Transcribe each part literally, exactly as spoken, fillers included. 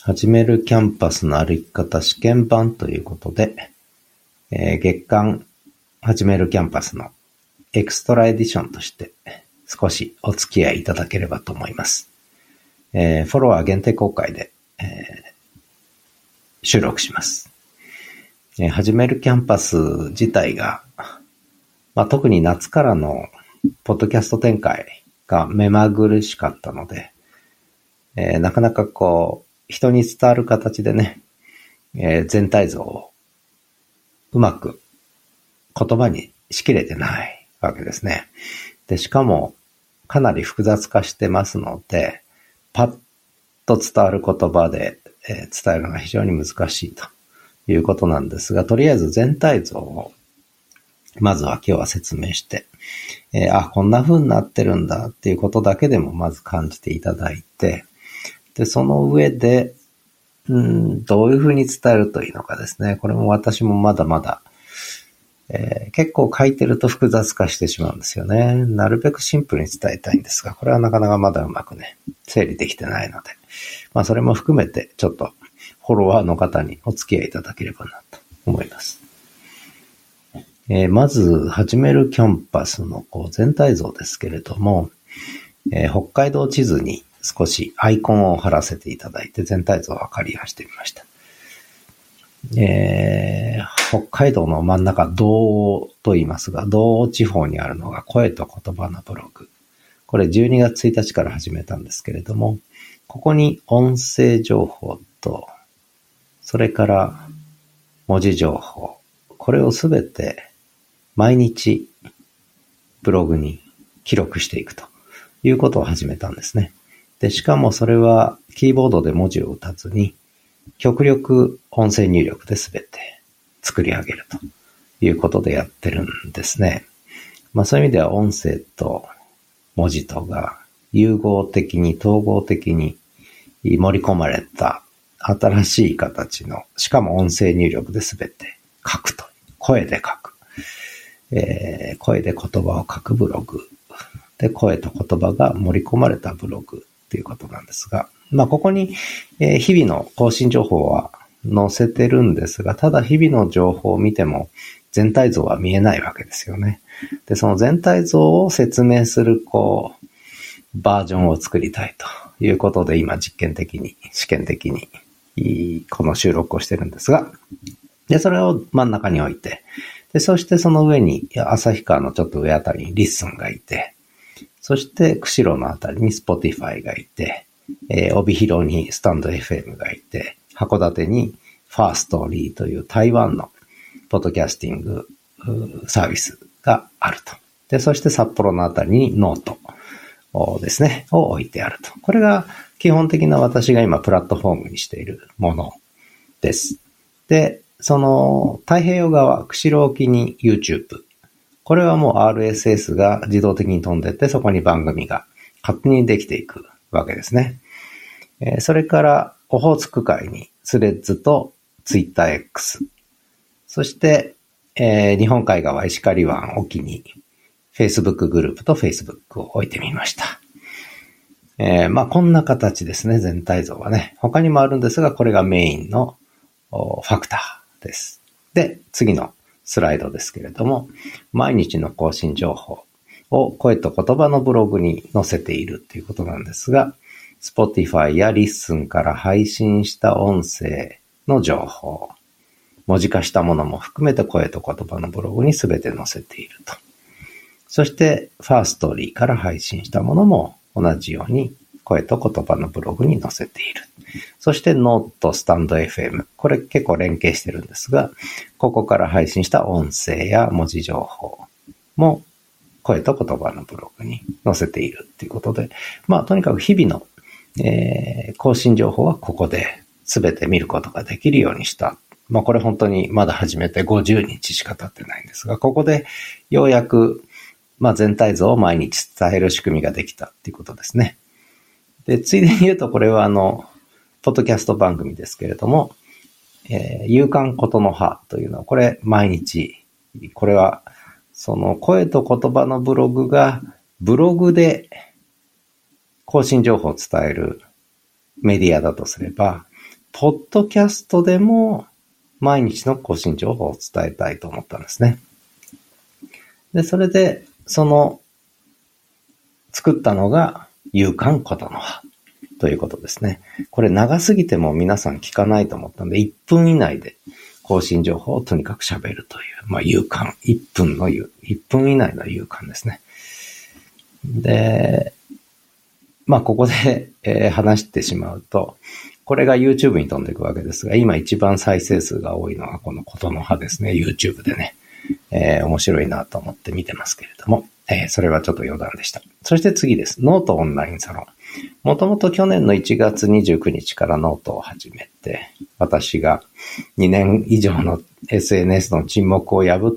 始めるキャンパスの歩き方試験版ということで、えー、月間始めるキャンパスのエクストラエディションとして少しお付き合いいただければと思います。えー、フォロワー限定公開で、えー、収録します。えー、始めるキャンパス自体が、まあ、特に夏からのポッドキャスト展開が目まぐるしかったので、えー、なかなかこう人に伝わる形でね、えー、全体像をうまく言葉にしきれてないわけですね。で、しかもかなり複雑化してますので、パッと伝わる言葉で、えー、伝えるのが非常に難しいということなんですが、とりあえず全体像をまずは今日は説明して、えー、あ、こんな風になってるんだっていうことだけでもまず感じていただいて、で、その上で、うん、どういう風に伝えるといいのかですね。これも私もまだまだ、えー、結構書いてると複雑化してしまうんですよね。なるべくシンプルに伝えたいんですが、これはなかなかまだうまくね、整理できてないので、まあそれも含めてちょっとフォロワーの方にお付き合いいただければなと思います。えー、まず、始めるキャンパスのこう全体像ですけれども、えー、北海道地図に少しアイコンを貼らせていただいて全体像を分かりやしてみました。えー、北海道の真ん中、道央と言いますが、道央地方にあるのが声と言葉のブログ。これじゅうにがつついたちから始めたんですけれども、ここに音声情報と、それから文字情報、これをすべて毎日ブログに記録していくということを始めたんですね。で、しかもそれはキーボードで文字を打たずに、極力音声入力で全て作り上げるということでやってるんですね。まあそういう意味では音声と文字とが融合的に統合的に盛り込まれた新しい形の、しかも音声入力で全て書くと。声で書く。えー、声で言葉を書くブログ。で、声と言葉が盛り込まれたブログ。ということなんですが、まあここに、えー、日々の更新情報は載せてるんですが、ただ日々の情報を見ても全体像は見えないわけですよね。で、その全体像を説明するこうバージョンを作りたいということで、今実験的に試験的にこの収録をしてるんですが、でそれを真ん中に置いて、でそしてその上に旭川のちょっと上あたりにリッスンがいて。そして、釧路のあたりに Spotify がいて、えー、帯広にスタンド エフエム がいて、函館にファーストーリーという台湾のポッドキャスティングサービスがあると。で、そして札幌のあたりにノートですね、を置いてあると。これが基本的な私が今プラットフォームにしているものです。で、その太平洋側、釧路沖に YouTube。これはもう アールエスエス が自動的に飛んでって、そこに番組が勝手にできていくわけですね。えー、それから、オホーツク海にスレッズと TwitterX。そして、えー、日本海側石狩湾沖に Facebook グループと Facebook を置いてみました。えー、まあこんな形ですね、全体像はね。他にもあるんですが、これがメインのファクターです。で、次のスライドですけれども、毎日の更新情報を声と言葉のブログに載せているということなんですが、Spotify や Listen から配信した音声の情報、文字化したものも含めて声と言葉のブログに全て載せていると。そして、Firstory から配信したものも同じように声と言葉のブログに載せている。そしてノート、スタンド エフエム。これ結構連携してるんですが、ここから配信した音声や文字情報も声と言葉のブログに載せているっていうことで、まあとにかく日々の、えー、更新情報はここで全て見ることができるようにした。まあこれ本当にまだ始めてごじゅうにちしか経ってないんですが、ここでようやくまあ全体像を毎日伝える仕組みができたっていうことですね。で、ついでに言うとこれはあの、ポッドキャスト番組ですけれども、えー、夕刊ことの葉というのは、これ毎日、これはその声と言葉のブログがブログで更新情報を伝えるメディアだとすれば、 ポッドキャストでも毎日の更新情報を伝えたいと思ったんですね。で、それで、その、作ったのが、夕刊ことの葉ということですね。これ長すぎても皆さん聞かないと思ったんで、いっぷん以内で更新情報をとにかく喋るという、まあ、夕刊、いっぷんの夕、いっぷん以内の夕刊ですね。で、まあ、ここで、えー、話してしまうと、これが YouTube に飛んでいくわけですが、今一番再生数が多いのはこのことの葉ですね。YouTube でね。えー、面白いなと思って見てますけれども、えー、それはちょっと余談でした。そして次です。ノートオンラインサロン。もともと去年のいちがつにじゅうくにちからノートを始めて、私がにねん以上の エスエヌエス の沈黙を破って、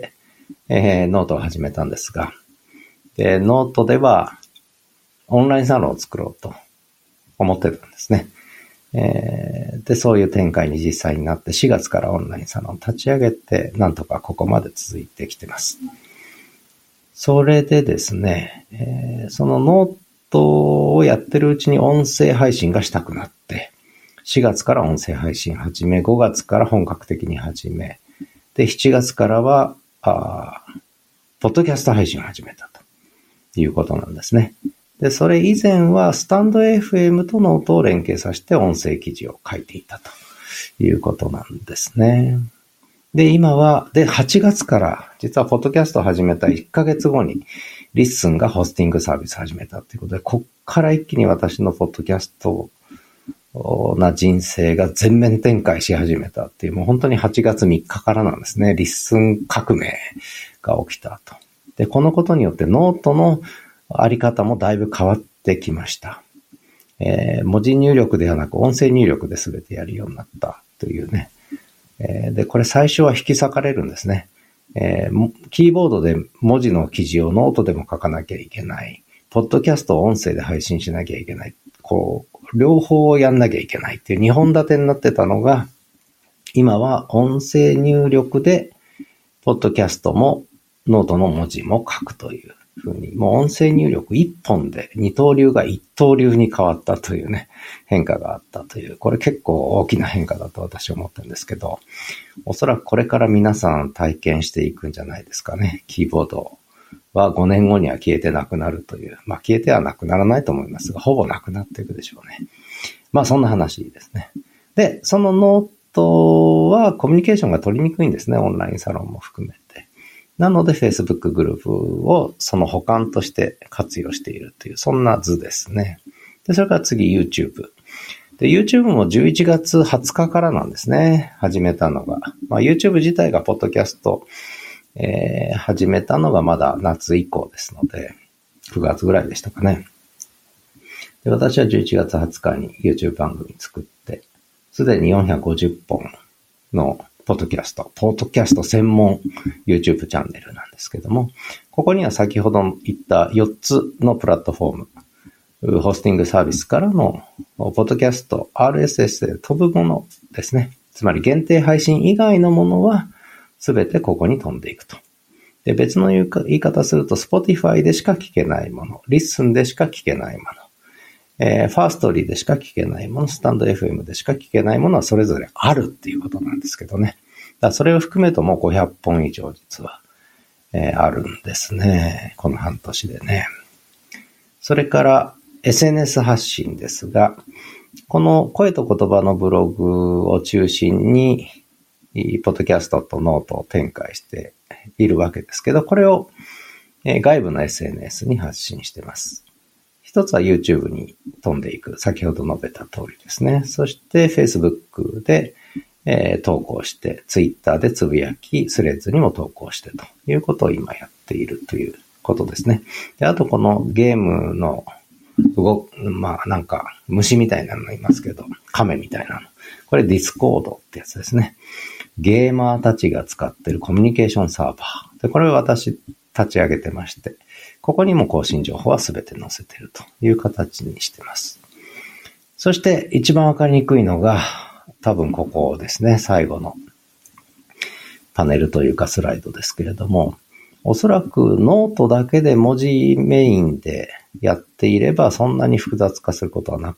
えー、ノートを始めたんですが、で、ノートではオンラインサロンを作ろうと思ってたんですね。えー、で、そういう展開に実際になってしがつからオンラインサロンを立ち上げて、なんとかここまで続いてきてます。それでですね、えー、そのノートをやってるうちに音声配信がしたくなって、しがつから音声配信始め、ごがつから本格的に始め、で、しちがつからは、あポッドキャスト配信を始めたということなんですね。で、それ以前はスタンド エフエム とノートを連携させて音声記事を書いていたということなんですね。で、今は、で、はちがつから、実はポッドキャストを始めたいっかげつごに、リッスンがホスティングサービスを始めたということで、こっから一気に私のポッドキャストな人生が全面展開し始めたっていう、もう本当にはちがつみっかからなんですね。リッスン革命が起きたと。で、このことによってノートのあり方もだいぶ変わってきました。えー、文字入力ではなく音声入力で全てやるようになったというね。えー、で、これ最初は引き裂かれるんですね。えー、キーボードで文字の記事をノートでも書かなきゃいけない。ポッドキャストを音声で配信しなきゃいけない。こう、両方やんなきゃいけないっていうにほん立てになってたのが、今は音声入力で、ポッドキャストもノートの文字も書くというふうに、もう音声入力一本で二刀流が一刀流に変わったというね、変化があったという、これ結構大きな変化だと私は思ってるんですけど、おそらくこれから皆さん体験していくんじゃないですかね。キーボードはごねんごには消えてなくなるという、まあ消えてはなくならないと思いますが、ほぼなくなっていくでしょうね。まあそんな話ですね。で、そのノートはコミュニケーションが取りにくいんですね。オンラインサロンも含めて。なので Facebook グループをその補完として活用しているという、そんな図ですね。で、それから次 YouTube。で、YouTube もじゅういちがつはつかからなんですね。始めたのが。まあ YouTube 自体がポッドキャスト、えー、始めたのがまだ夏以降ですので、くがつぐらいでしたかね。で、私はじゅういちがつはつかに YouTube 番組作って、すでによんひゃくごじゅっぽんのポッドキャスト、ポッドキャスト専門 YouTube チャンネルなんですけども、ここには先ほど言ったよっつのプラットフォーム、ホスティングサービスからのポッドキャスト アールエスエス で飛ぶものですね。つまり限定配信以外のものはすべてここに飛んでいくと。で、別の言い方すると Spotify でしか聞けないもの、Listen でしか聞けないもの、えー、ファーストリーでしか聞けないもの、スタンド エフエム でしか聞けないものはそれぞれあるっていうことなんですけどね。だからそれを含めるともうごひゃっぽん以上実は、えー、あるんですね。この半年でね。それから エスエヌエス 発信ですが、この声と言葉のブログを中心に、ポッドキャストとノートを展開しているわけですけど、これを外部の エスエヌエス に発信しています。一つは YouTube に飛んでいく。先ほど述べた通りですね。そして Facebook で、えー、投稿して、Twitter でつぶやき、スレッズにも投稿してということを今やっているということですね。で、あとこのゲームの動く、まあなんか虫みたいなのいますけど、亀みたいなの。これ Discord ってやつですね。ゲーマーたちが使っているコミュニケーションサーバー。で、これを私立ち上げてまして、ここにも更新情報はすべて載せているという形にしています。そして一番わかりにくいのが、多分ここですね。最後のパネルというかスライドですけれども、おそらくノートだけで文字メインでやっていればそんなに複雑化することはなかった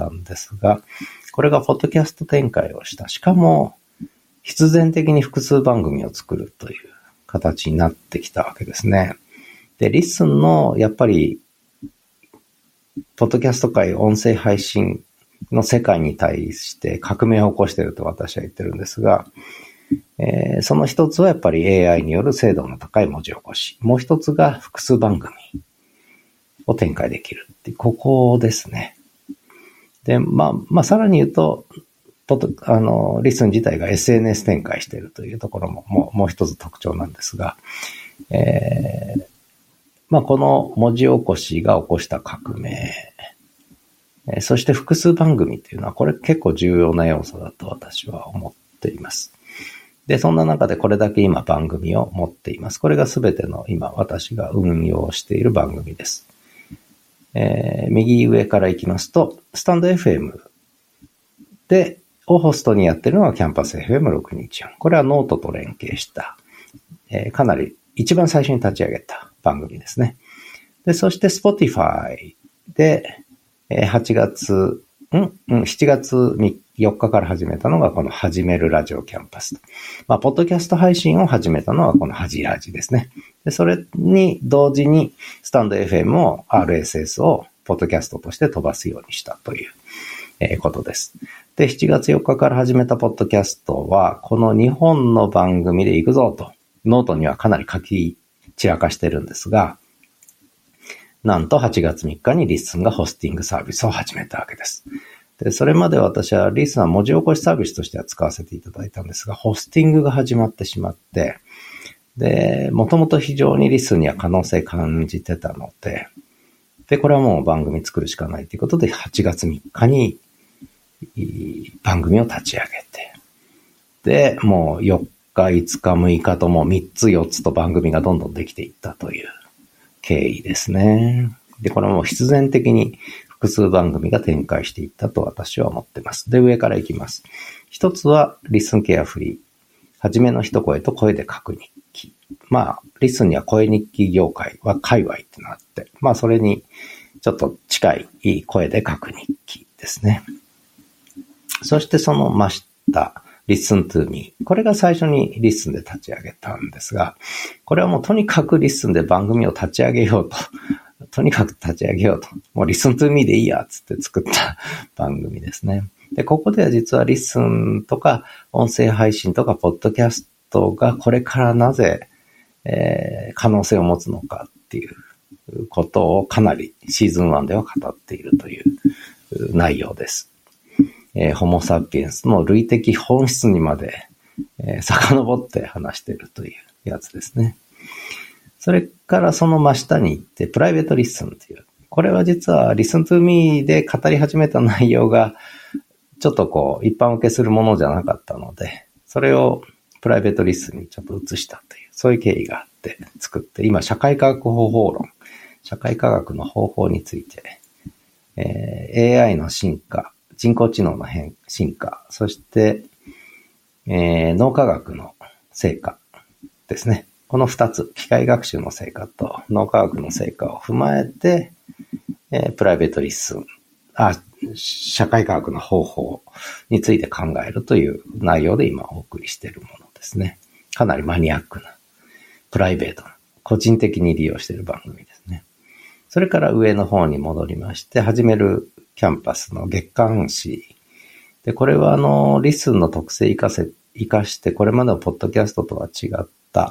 たんですが、これがポッドキャスト展開をした。しかも、必然的に複数番組を作るという形になってきたわけですね。で、リッスンの、やっぱり、ポッドキャスト界音声配信の世界に対して革命を起こしていると私は言ってるんですが、えー、その一つはやっぱり エーアイ による精度の高い文字起こし。もう一つが複数番組を展開できるっていう、ここですね。で、まあ、まあ、さらに言うと、ポッドあの、リッスン自体が エスエヌエス 展開しているというところももう、もう一つ特徴なんですが、えー、まあ、この文字起こしが起こした革命、えー、そして複数番組っていうのはこれ結構重要な要素だと私は思っています。で、そんな中でこれだけ今番組を持っています。これが全ての今私が運用している番組です。えー、右上から行きますと、スタンド エフエム で、をホストにやっているのがキャンパス エフエムろくにいちよん。これはノートと連携した、えー、かなり一番最初に立ち上げた番組ですね。で、そして Spotify で、えー、はちがつ、んうん、しちがつよっかから始めたのがこの始めるラジオキャンパスと。まあ、ポッドキャスト配信を始めたのはこのはじラジですね。で、それに同時にスタンド エフエム を アールエスエス をポッドキャストとして飛ばすようにしたという、えー、ことです。で、しちがつよっかから始めたポッドキャストはこのにほんの番組で行くぞと、ノートにはかなり書き散らかしてるんですが、なんとはちがつみっかにリッスンがホスティングサービスを始めたわけです。で、それまで私はリッスンは文字起こしサービスとしては使わせていただいたんですが、ホスティングが始まってしまって、で、もともと非常にリッスンには可能性感じてたので、で、これはもう番組作るしかないということで、はちがつみっかに番組を立ち上げて、で、もうよっか、いつか、むいかともみっつ、よっつと番組がどんどんできていったという経緯ですね。で、これはもう必然的に複数番組が展開していったと私は思っています。で、上からいきます。一つは、リッスンケアフリー。はじめの一声と声で書く日記。まあ、リッスンには声日記業界は界隈ってなって、まあ、それにちょっと近いいい声で書く日記ですね。そしてその真下、Listen to me。これが最初にリッスンで立ち上げたんですが、これはもうとにかくリッスンで番組を立ち上げようと。とにかく立ち上げようと。もう Listen to me でいいやつって作った番組ですね。で、ここでは実はリッスンとか音声配信とかポッドキャストがこれからなぜ、えー、可能性を持つのかっていうことをかなりシーズンワンでは語っているという内容です。えー、ホモサピエンスの類的本質にまで、えー、遡って話しているというやつですね。それからその真下に行って、プライベートリッスンという。これは実は Listen to me で語り始めた内容が、ちょっとこう、一般受けするものじゃなかったので、それをプライベートリッスンにちょっと移したという、そういう経緯があって作って、今、社会科学方法論、社会科学の方法について、えー、エーアイ の進化、人工知能の変進化、そして、えー、脳科学の成果ですね。この二つ、機械学習の成果と脳科学の成果を踏まえて、えー、プライベートリッスン、あ、社会科学の方法について考えるという内容で今お送りしているものですね。かなりマニアックな、プライベートな、個人的に利用している番組ですね。それから上の方に戻りまして、始めるキャンパスの月刊誌。で、これはあの、リスンの特性活かせ、活かして、これまでのポッドキャストとは違った、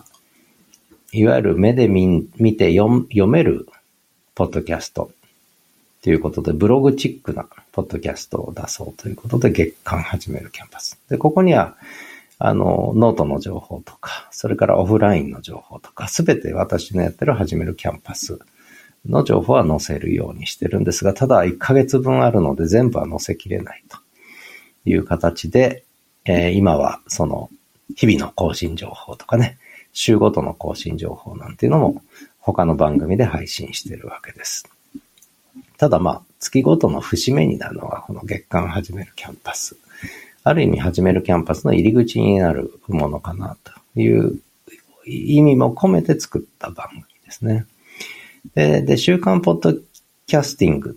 いわゆる目で見、見て読、読めるポッドキャストということで、ブログチックなポッドキャストを出そうということで、月刊始めるキャンパス。で、ここには、あの、ノートの情報とか、それからオフラインの情報とか、すべて私のやってる始めるキャンパスの情報は載せるようにしてるんですが、ただいっかげつぶんあるので全部は載せきれないという形で、えー、今はその日々の更新情報とかね、週ごとの更新情報なんていうのも他の番組で配信してるわけです。ただまあ、月ごとの節目になるのがこの月間始めるキャンパス。ある意味始めるキャンパスの入り口になるものかなという意味も込めて作った番組ですね。で、で週刊ポッドキャスティング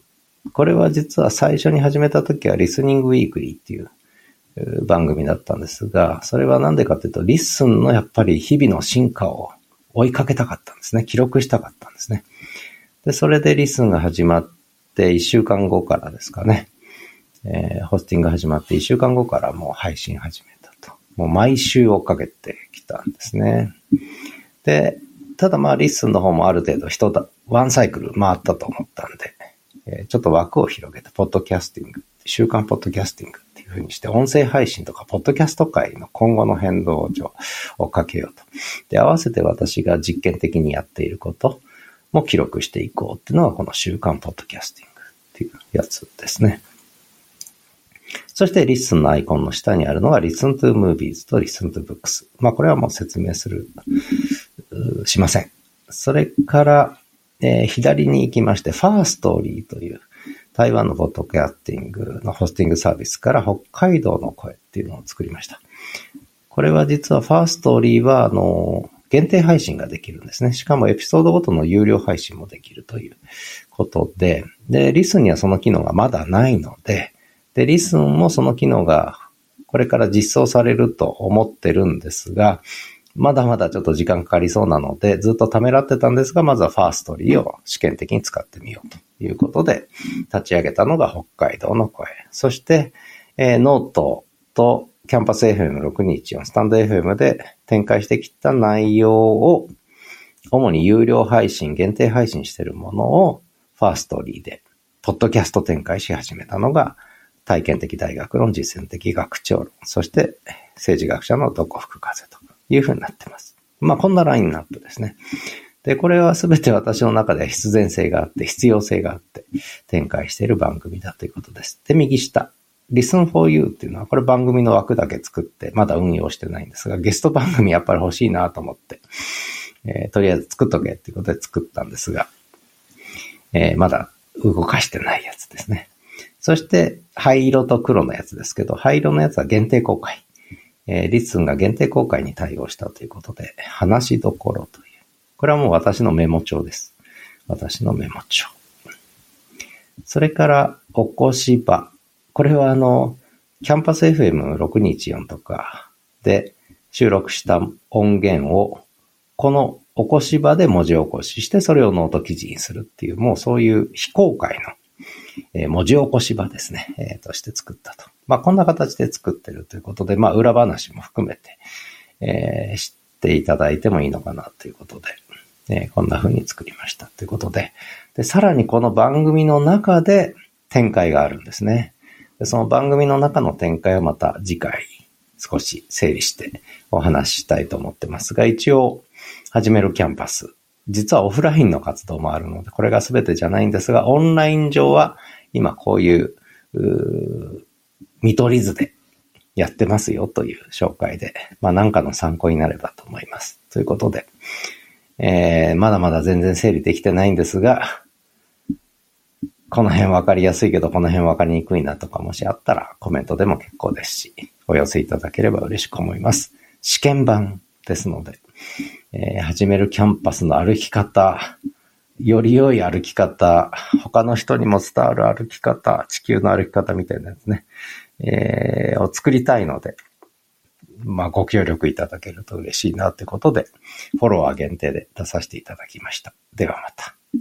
これは実は最初に始めた時はリスニングウィークリーっていう番組だったんですが、それはなんでかというと、リッスンのやっぱり日々の進化を追いかけたかったんですね。記録したかったんですね。で、それでリッスンが始まっていっしゅうかんごからですかね、えー、ホスティングが始まっていっしゅうかんごからもう配信始めたと。もう毎週追っかけてきたんですね。で、ただまあリッスンの方もある程度一だ、ワンサイクル回ったと思ったんで、えー、ちょっと枠を広げて、ポッドキャスティング、週刊ポッドキャスティングっていう風にして、音声配信とかポッドキャスト界の今後の変動を追っかけようと。で、合わせて私が実験的にやっていることも記録していこうっていうのがこの週刊ポッドキャスティングっていうやつですね。そしてリッスンのアイコンの下にあるのが Listen to Movies と Listen to Books。まあこれはもう説明する、しません。それから、えー、左に行きまして、ファーストーリーという台湾のポッドキャスティングのホスティングサービスから北海道の声っていうのを作りました。これは実はファーストーリーは、あの、限定配信ができるんですね。しかもエピソードごとの有料配信もできるということで、で、リスンにはその機能がまだないので、で、リスンもその機能がこれから実装されると思ってるんですが、まだまだちょっと時間かかりそうなので、ずっとためらってたんですが、まずはファーストリーを試験的に使ってみようということで、立ち上げたのが北海道の声。そして、えー、ノートとキャンパス エフエムろくにいちよん、スタンド エフエム で展開してきた内容を、主に有料配信、限定配信しているものを、ファーストリーで、ポッドキャスト展開し始めたのが、体験的大学論、実践的学長論、そして政治学者のどこ吹く風というふうになっています。まあこんなラインナップですね。で、これはすべて私の中では必然性があって、必要性があって展開している番組だということです。で、右下、Listen for You っていうのはこれ番組の枠だけ作ってまだ運用してないんですが、ゲスト番組やっぱり欲しいなと思って、えー、とりあえず作っとけっていうことで作ったんですが、えー、まだ動かしてないやつですね。そして、灰色と黒のやつですけど、灰色のやつは限定公開。えー、リッスンが限定公開に対応したということで、話しどころという。これはもう私のメモ帳です。私のメモ帳。それから、おこしば。これはあの、キャンパス エフエムろくにいちよん とかで収録した音源を、このおこしばで文字起こしして、それをノート記事にするっていう、もうそういう非公開のえー、文字起こし場ですね、えー、として作ったと。まあこんな形で作ってるということで、まあ裏話も含めて、えー、知っていただいてもいいのかなということで、えー、こんな風に作りましたということで、で、さらにこの番組の中で展開があるんですね。で、その番組の中の展開をまた次回少し整理してお話ししたいと思ってますが、一応始めるキャンパス。実はオフラインの活動もあるので、これが全てじゃないんですが、オンライン上は今こういう、う見取り図でやってますよという紹介で、まあ何かの参考になればと思います。ということで、えー、まだまだ全然整理できてないんですが、この辺わかりやすいけど、この辺わかりにくいなとかもしあったらコメントでも結構ですし、お寄せいただければ嬉しく思います。試験版ですので、えー、始めるキャンパスの歩き方、より良い歩き方、他の人にも伝わる歩き方、地球の歩き方みたいなやつね、えー、を作りたいので、まあご協力いただけると嬉しいなということで、フォロワー限定で出させていただきました。ではまた。